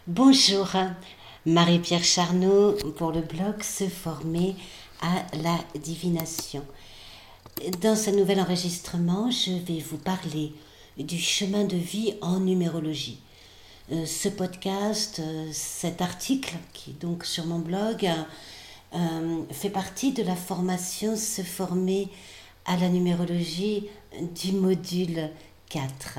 Bonjour, Marie-Pierre Charnot pour le blog Se former à la divination. Dans ce nouvel enregistrement, je vais vous parler du chemin de vie en numérologie. Ce podcast, cet article qui est donc sur mon blog, fait partie de la formation Se former à la numérologie du module 4.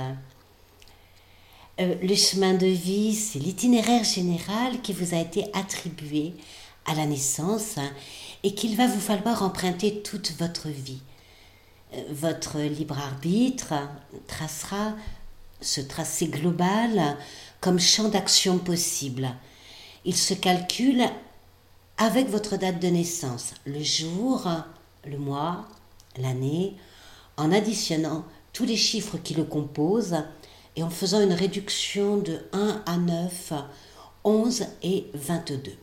Le chemin de vie, c'est l'itinéraire général qui vous a été attribué à la naissance et qu'il va vous falloir emprunter toute votre vie. Votre libre arbitre tracera ce tracé global comme champ d'action possible. Il se calcule avec votre date de naissance, le jour, le mois, l'année, en additionnant tous les chiffres qui le composent et en faisant une réduction de 1 à 9, 11 et 22.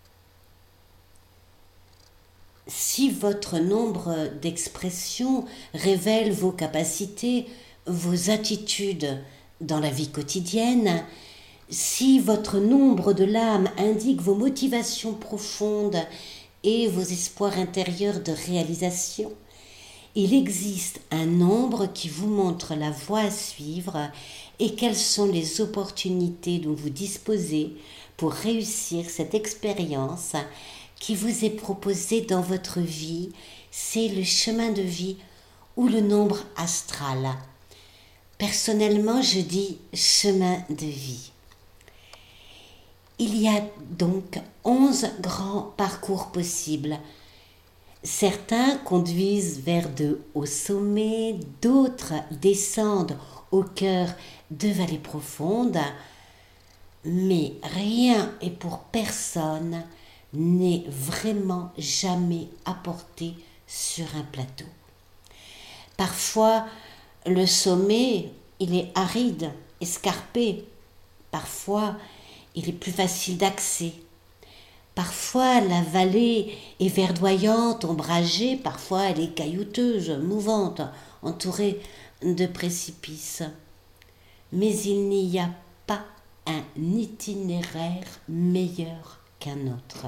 Si votre nombre d'expressions révèle vos capacités, vos attitudes dans la vie quotidienne, si votre nombre de l'âme indique vos motivations profondes et vos espoirs intérieurs de réalisation, il existe un nombre qui vous montre la voie à suivre et quelles sont les opportunités dont vous disposez pour réussir cette expérience qui vous est proposée dans votre vie. C'est le chemin de vie ou le nombre astral. Personnellement, je dis chemin de vie. Il y a donc 11 grands parcours possibles. Certains conduisent vers de hauts sommets, d'autres descendent au cœur de vallées profondes, mais rien et pour personne n'est vraiment jamais apporté sur un plateau. Parfois, le sommet, il est aride, escarpé. Parfois, il est plus facile d'accès. Parfois, la vallée est verdoyante, ombragée, parfois elle est caillouteuse, mouvante, entourée de précipices. Mais il n'y a pas un itinéraire meilleur qu'un autre.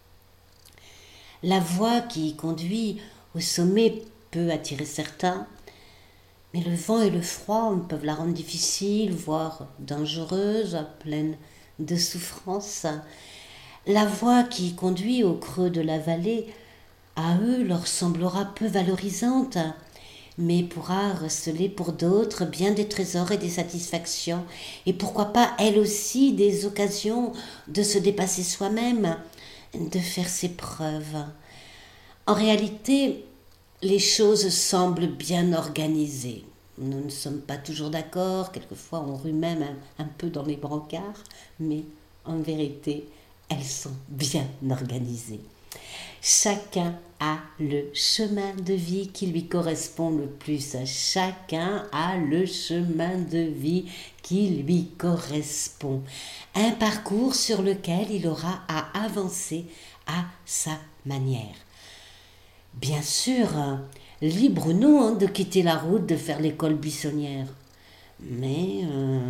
La voie qui conduit au sommet peut attirer certains, mais le vent et le froid peuvent la rendre difficile, voire dangereuse, pleine de souffrances. La voie qui conduit au creux de la vallée, à eux leur semblera peu valorisante, mais pourra receler pour d'autres bien des trésors et des satisfactions, et pourquoi pas elle aussi des occasions de se dépasser soi-même, de faire ses preuves. En réalité, les choses semblent bien organisées. Nous ne sommes pas toujours d'accord, quelquefois on rue même un peu dans les brancards, mais en vérité, elles sont bien organisées. Chacun a le chemin de vie qui lui correspond le plus. Chacun a le chemin de vie qui lui correspond. Un parcours sur lequel il aura à avancer à sa manière. Bien sûr, libre ou non de quitter la route, de faire l'école buissonnière. Mais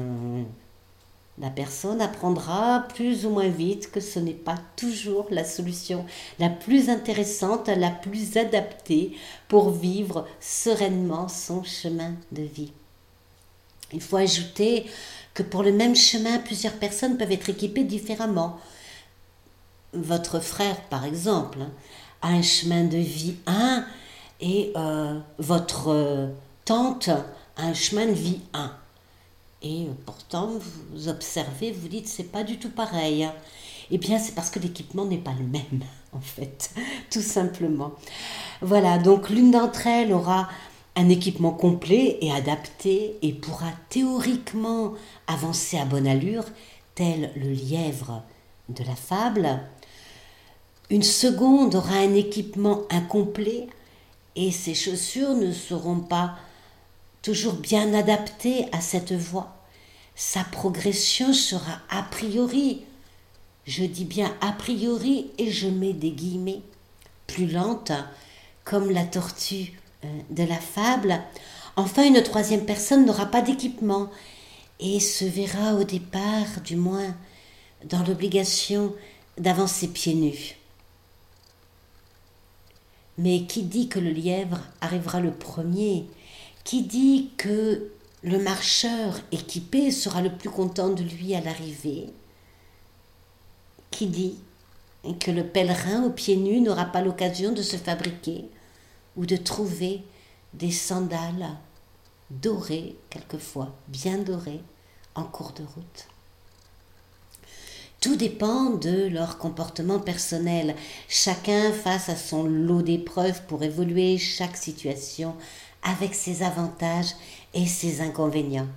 la personne apprendra plus ou moins vite que ce n'est pas toujours la solution la plus intéressante, la plus adaptée pour vivre sereinement son chemin de vie. Il faut ajouter que pour le même chemin, plusieurs personnes peuvent être équipées différemment. Votre frère, par exemple, a un chemin de vie 1 et votre tante a un chemin de vie 1. Et pourtant, vous observez, vous dites, c'est pas du tout pareil. Eh bien, c'est parce que l'équipement n'est pas le même, en fait, tout simplement. Voilà, donc l'une d'entre elles aura un équipement complet et adapté et pourra théoriquement avancer à bonne allure, tel le lièvre de la fable. Une seconde aura un équipement incomplet et ses chaussures ne seront pas toujours bien adaptées à cette voie. Sa progression sera a priori, je dis bien a priori et je mets des guillemets, plus lente, comme la tortue de la fable. Enfin, une troisième personne n'aura pas d'équipement et se verra au départ, du moins, dans l'obligation d'avancer pieds nus. Mais qui dit que le lièvre arrivera le premier? Qui dit que le marcheur équipé sera le plus content de lui à l'arrivée? Qui dit que le pèlerin aux pieds nus n'aura pas l'occasion de se fabriquer ou de trouver des sandales dorées, quelquefois bien dorées, en cours de route? Tout dépend de leur comportement personnel, chacun face à son lot d'épreuves pour évoluer chaque situation avec ses avantages et ses inconvénients.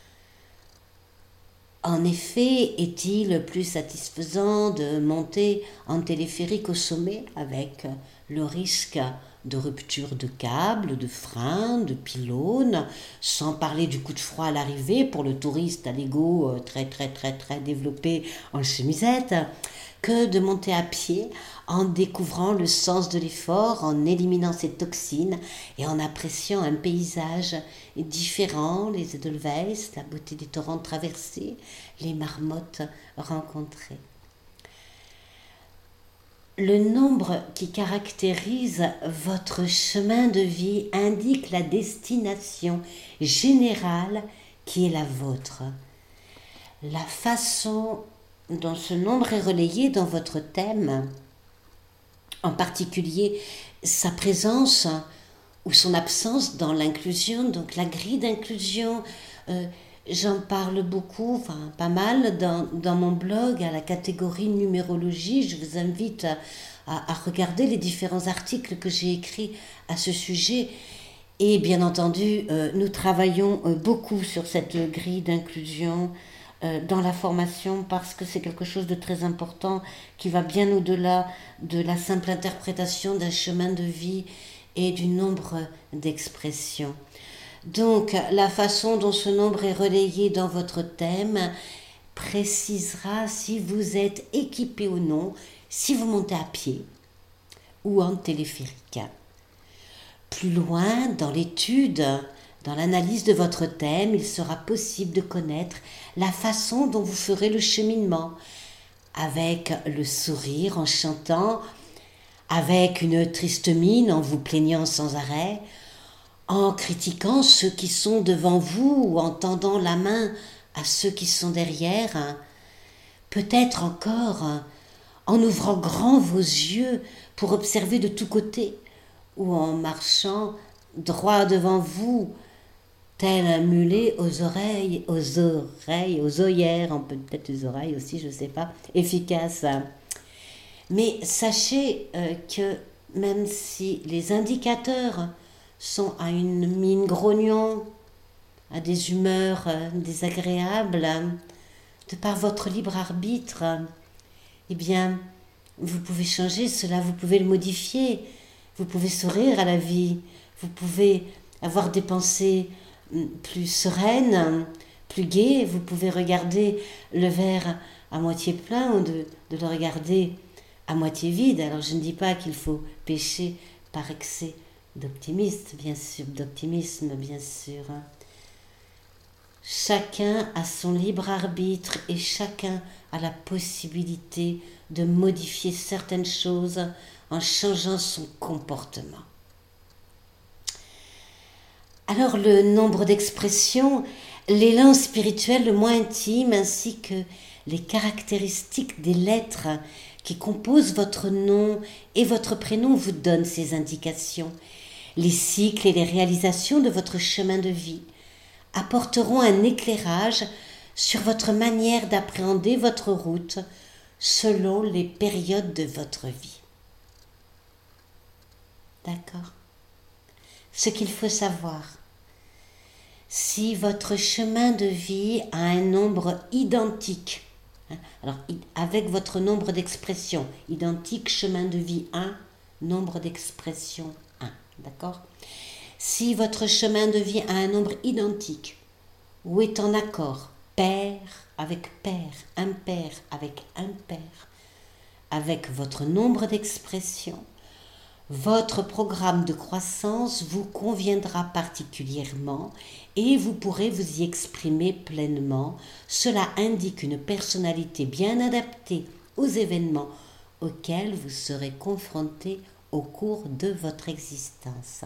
En effet, est-il plus satisfaisant de monter en téléphérique au sommet avec le risque de rupture de câbles, de freins, de pylônes, sans parler du coup de froid à l'arrivée pour le touriste à l'ego très développé en chemisette, que de monter à pied en découvrant le sens de l'effort, en éliminant ses toxines et en appréciant un paysage différent, les Edelweiss, la beauté des torrents traversés, les marmottes rencontrées. Le nombre qui caractérise votre chemin de vie indique la destination générale qui est la vôtre. La façon dont ce nombre est relayé dans votre thème, en particulier sa présence ou son absence dans l'inclusion, donc la grille d'inclusion, j'en parle beaucoup, enfin pas mal dans mon blog à la catégorie numérologie. Je vous invite à regarder les différents articles que j'ai écrits à ce sujet. Et bien entendu, nous travaillons beaucoup sur cette grille d'inclusion dans la formation parce que c'est quelque chose de très important qui va bien au-delà de la simple interprétation d'un chemin de vie et du nombre d'expressions. Donc, la façon dont ce nombre est relayé dans votre thème précisera si vous êtes équipé ou non, si vous montez à pied ou en téléphérique. Plus loin, dans l'étude, dans l'analyse de votre thème, il sera possible de connaître la façon dont vous ferez le cheminement, avec le sourire en chantant, avec une triste mine en vous plaignant sans arrêt, en critiquant ceux qui sont devant vous ou en tendant la main à ceux qui sont derrière, peut-être encore en ouvrant grand vos yeux pour observer de tous côtés ou en marchant droit devant vous, tel un mulet aux œillères, peut-être aux oreilles aussi, je ne sais pas, efficace. Mais sachez que même si les indicateurs sont à une mine grognon, à des humeurs désagréables, de par votre libre arbitre, eh bien, vous pouvez changer cela, vous pouvez le modifier, vous pouvez sourire à la vie, vous pouvez avoir des pensées plus sereines, plus gaies, vous pouvez regarder le verre à moitié plein ou de le regarder à moitié vide. Alors je ne dis pas qu'il faut pécher par excès d'optimisme, bien sûr. Chacun a son libre arbitre et chacun a la possibilité de modifier certaines choses en changeant son comportement. Alors le nombre d'expressions, l'élan spirituel le moins intime ainsi que les caractéristiques des lettres qui composent votre nom et votre prénom vous donnent ces indications. Les cycles et les réalisations de votre chemin de vie apporteront un éclairage sur votre manière d'appréhender votre route selon les périodes de votre vie. D'accord ? Ce qu'il faut savoir, si votre chemin de vie a un nombre identique, alors avec votre nombre d'expressions, identique, chemin de vie 1, nombre d'expressions 1, d'accord ? Si votre chemin de vie a un nombre identique, ou est en accord, pair avec pair, impair avec impair, avec votre nombre d'expressions, Votre programme de croissance vous conviendra particulièrement et vous pourrez vous y exprimer pleinement. Cela indique une personnalité bien adaptée aux événements auxquels vous serez confronté au cours de votre existence.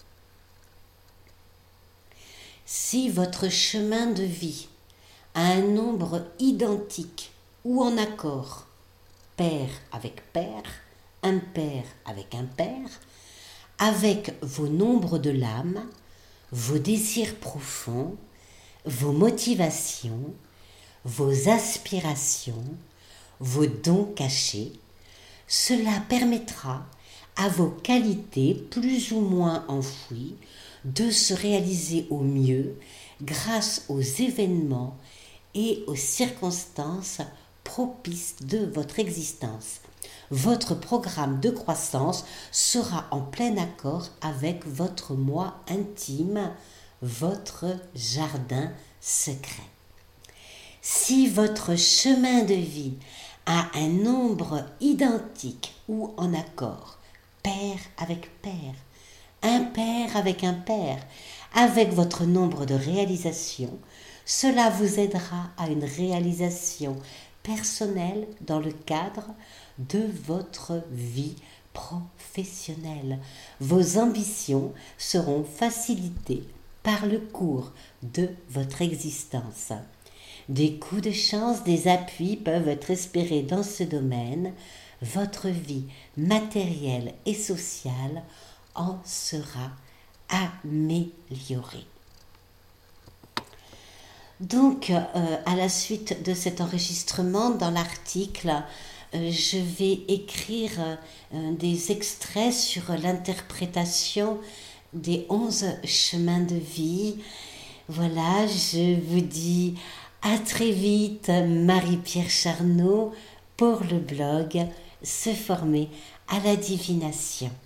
Si votre chemin de vie a un nombre identique ou en accord, pair avec pair, impair avec impair, avec vos nombres de l'âme, vos désirs profonds, vos motivations, vos aspirations, vos dons cachés, cela permettra à vos qualités plus ou moins enfouies de se réaliser au mieux grâce aux événements et aux circonstances propices de votre existence. Votre programme de croissance sera en plein accord avec votre moi intime, votre jardin secret. Si votre chemin de vie a un nombre identique ou en accord, pair avec pair, impair avec impair, avec votre nombre de réalisations, cela vous aidera à une réalisation personnelle dans le cadre de votre vie professionnelle. Vos ambitions seront facilitées par le cours de votre existence. Des coups de chance, des appuis peuvent être espérés dans ce domaine. Votre vie matérielle et sociale en sera améliorée. Donc, à la suite de cet enregistrement, dans l'article, je vais écrire des extraits sur l'interprétation des 11 chemins de vie. Voilà, je vous dis à très vite, Marie-Pierre Charnot, pour le blog Se former à la divination.